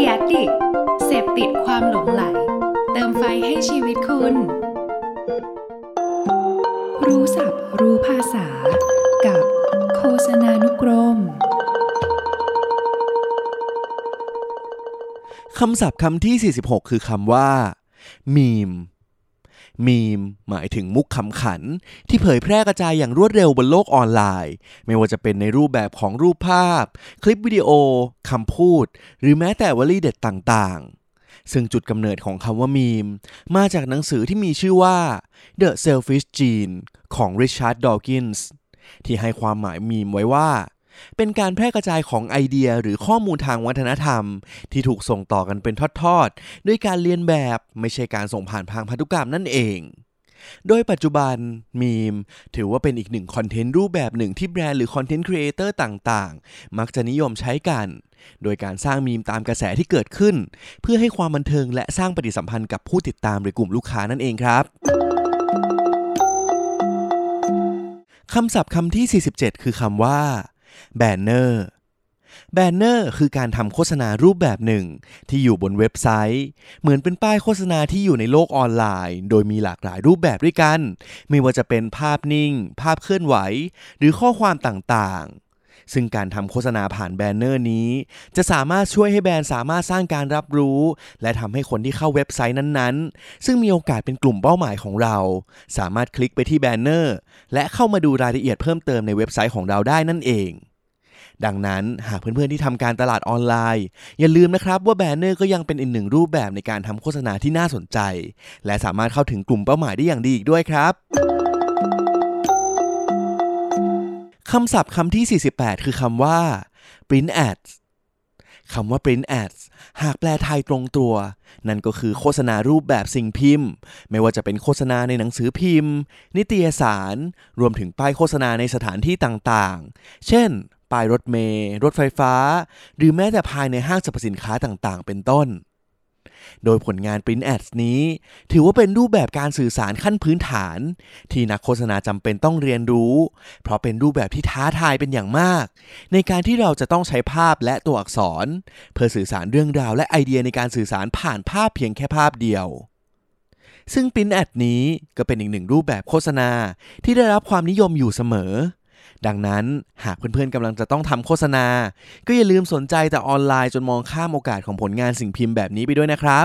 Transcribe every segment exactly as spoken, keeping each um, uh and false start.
Addict เสพติดความหลงใหลเติมไฟให้ชีวิตคุณรู้ศัพท์รู้ภาษากับโฆษณานุกรมคำศัพท์คำที่สี่สิบหกคือคำว่ามีมมีมหมายถึงมุกขำขันที่เผยแพร่กระจายอย่างรวดเร็วบนโลกออนไลน์ไม่ว่าจะเป็นในรูปแบบของรูปภาพคลิปวิดีโอคำพูดหรือแม้แต่วลีเด็ดต่างๆซึ่งจุดกำเนิดของคำว่ามีมมาจากหนังสือที่มีชื่อว่า The Selfish Gene ของ Richard Dawkins ที่ให้ความหมายมีมไว้ว่าเป็นการแพร่กระจายของไอเดียหรือข้อมูลทางวัฒนธรรมที่ถูกส่งต่อกันเป็นทอดๆด้วยการเรียนแบบไม่ใช่การส่งผ่านทางพันธุกรรมนั่นเองโดยปัจจุบันมีมถือว่าเป็นอีกหนึ่งคอนเทนต์รูปแบบหนึ่งที่แบรนด์หรือคอนเทนต์ครีเอเตอร์ต่างๆมักจะนิยมใช้กันโดยการสร้างมีมตามกระแสที่เกิดขึ้นเพื่อให้ความบันเทิงและสร้างปฏิสัมพันธ์กับผู้ติดตามหรือกลุ่มลูกค้านั่นเองครับคำศัพท์คำที่สี่สิบเจ็ดคือคำว่าแบนเนอร์แบนเนอร์คือการทำโฆษณารูปแบบหนึ่งที่อยู่บนเว็บไซต์เหมือนเป็นป้ายโฆษณาที่อยู่ในโลกออนไลน์โดยมีหลากหลายรูปแบบด้วยกันไม่ว่าจะเป็นภาพนิ่งภาพเคลื่อนไหวหรือข้อความต่างๆซึ่งการทำโฆษณาผ่านแบนเนอร์นี้จะสามารถช่วยให้แบรนด์สามารถสร้างการรับรู้และทำให้คนที่เข้าเว็บไซต์นั้นๆซึ่งมีโอกาสเป็นกลุ่มเป้าหมายของเราสามารถคลิกไปที่แบนเนอร์และเข้ามาดูรายละเอียดเพิ่มเติมในเว็บไซต์ของเราได้นั่นเองดังนั้นหากเพื่อนๆที่ทำการตลาดออนไลน์อย่าลืมนะครับว่าแบนเนอร์ก็ยังเป็นอีกหนึ่งรูปแบบในการทำโฆษณาที่น่าสนใจและสามารถเข้าถึงกลุ่มเป้าหมายได้อย่างดีอีกด้วยครับคำศัพท์คำที่สี่สิบแปดคือคำว่า print ads คำว่า print ads หากแปลไทยตรงตัวนั่นก็คือโฆษณารูปแบบสิ่งพิมพ์ไม่ว่าจะเป็นโฆษณาในหนังสือพิมพ์นิตยสารรวมถึงป้ายโฆษณาในสถานที่ต่างๆเช่นป้ายรถเมล์รถไฟฟ้าหรือแม้แต่ภายในห้างสรรพสินค้าต่างๆเป็นต้นโดยผลงาน Print Ads นี้ถือว่าเป็นรูปแบบการสื่อสารขั้นพื้นฐานที่นักโฆษณาจำเป็นต้องเรียนรู้เพราะเป็นรูปแบบที่ท้าทายเป็นอย่างมากในการที่เราจะต้องใช้ภาพและตัวอักษรเพื่อสื่อสารเรื่องราวและไอเดียในการสื่อสารผ่านภาพเพียงแค่ภาพเดียวซึ่ง Print Ads นี้ก็เป็นอีกหนึ่งรูปแบบโฆษณาที่ได้รับความนิยมอยู่เสมอดังนั้นหากเพื่อนๆกำลังจะต้องทำโฆษณาก็อย่าลืมสนใจแต่ออนไลน์จนมองข้ามโอกาสของผลงานสิ่งพิมพ์แบบนี้ไปด้วยนะครับ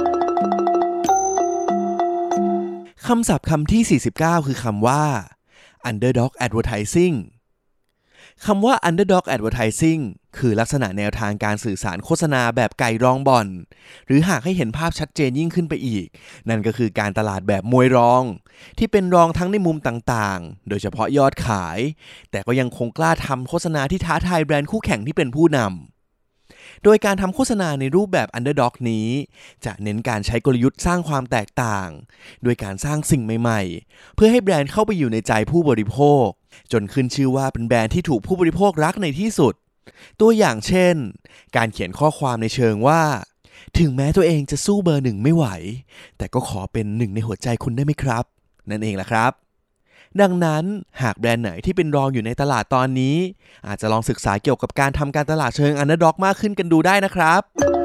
คำศัพท์คำที่สี่สิบเก้าคือคำว่า underdog advertising คำว่า underdog advertising คือลักษณะแนวทางการสื่อสารโฆษณาแบบไก่รองบ่อนหรือหากให้เห็นภาพชัดเจนยิ่งขึ้นไปอีกนั่นก็คือการตลาดแบบมวยรองที่เป็นรองทั้งในมุมต่างๆโดยเฉพาะยอดขายแต่ก็ยังคงกล้าทำโฆษณาที่ท้าทายแบรนด์คู่แข่งที่เป็นผู้นำโดยการทำโฆษณาในรูปแบบ underdog นี้จะเน้นการใช้กลยุทธ์สร้างความแตกต่างโดยการสร้างสิ่งใหม่ๆเพื่อให้แบรนด์เข้าไปอยู่ในใจผู้บริโภคจนขึ้นชื่อว่าเป็นแบรนด์ที่ถูกผู้บริโภครักในที่สุดตัวอย่างเช่นการเขียนข้อความในเชิงว่าถึงแม้ตัวเองจะสู้เบอร์หนึ่งไม่ไหวแต่ก็ขอเป็นหนึ่งในหัวใจคุณได้ไหมครับนั่นเองล่ะครับดังนั้นหากแบรนด์ไหนที่เป็นรองอยู่ในตลาดตอนนี้อาจจะลองศึกษาเกี่ยวกับการทำการตลาดเชิง Underdog มากขึ้นกันดูได้นะครับ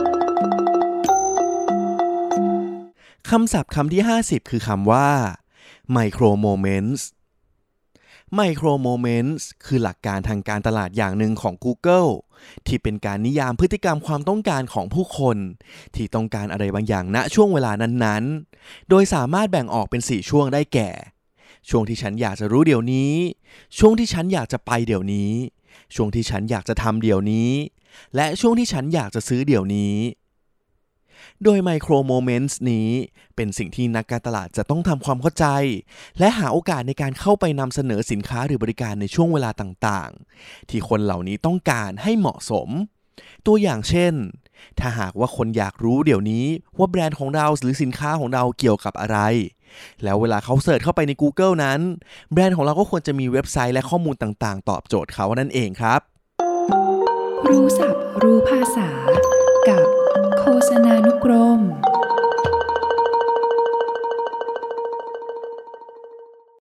คำศัพท์คำที่ห้าสิบคือคำว่า Micro Moments Micro Moments คือหลักการทางการตลาดอย่างหนึ่งของ Google ที่เป็นการนิยามพฤติกรรมความต้องการของผู้คนที่ต้องการอะไรบางอย่างณช่วงเวลานั้นๆโดยสามารถแบ่งออกเป็นสี่ช่วงได้แก่ช่วงที่ฉันอยากจะรู้เดี๋ยวนี้ช่วงที่ฉันอยากจะไปเดี๋ยวนี้ช่วงที่ฉันอยากจะทำเดี๋ยวนี้และช่วงที่ฉันอยากจะซื้อเดี๋ยวนี้โดย Micro Moments นี้เป็นสิ่งที่นักการตลาดจะต้องทำความเข้าใจและหาโอกาสในการเข้าไปนำเสนอสินค้าหรือบริการในช่วงเวลาต่างๆที่คนเหล่านี้ต้องการให้เหมาะสมตัวอย่างเช่นถ้าหากว่าคนอยากรู้เดี๋ยวนี้ว่าแบรนด์ของเราหรือสินค้าของเราเกี่ยวกับอะไรแล้วเวลาเขาเสิร์ชเข้าไปใน Google นั้นแบรนด์ของเราก็ควรจะมีเว็บไซต์และข้อมูลต่างๆตอบโจทย์เขานั่นเองครับรู้ศัพท์รู้ภาษากับโฆษณานุกรม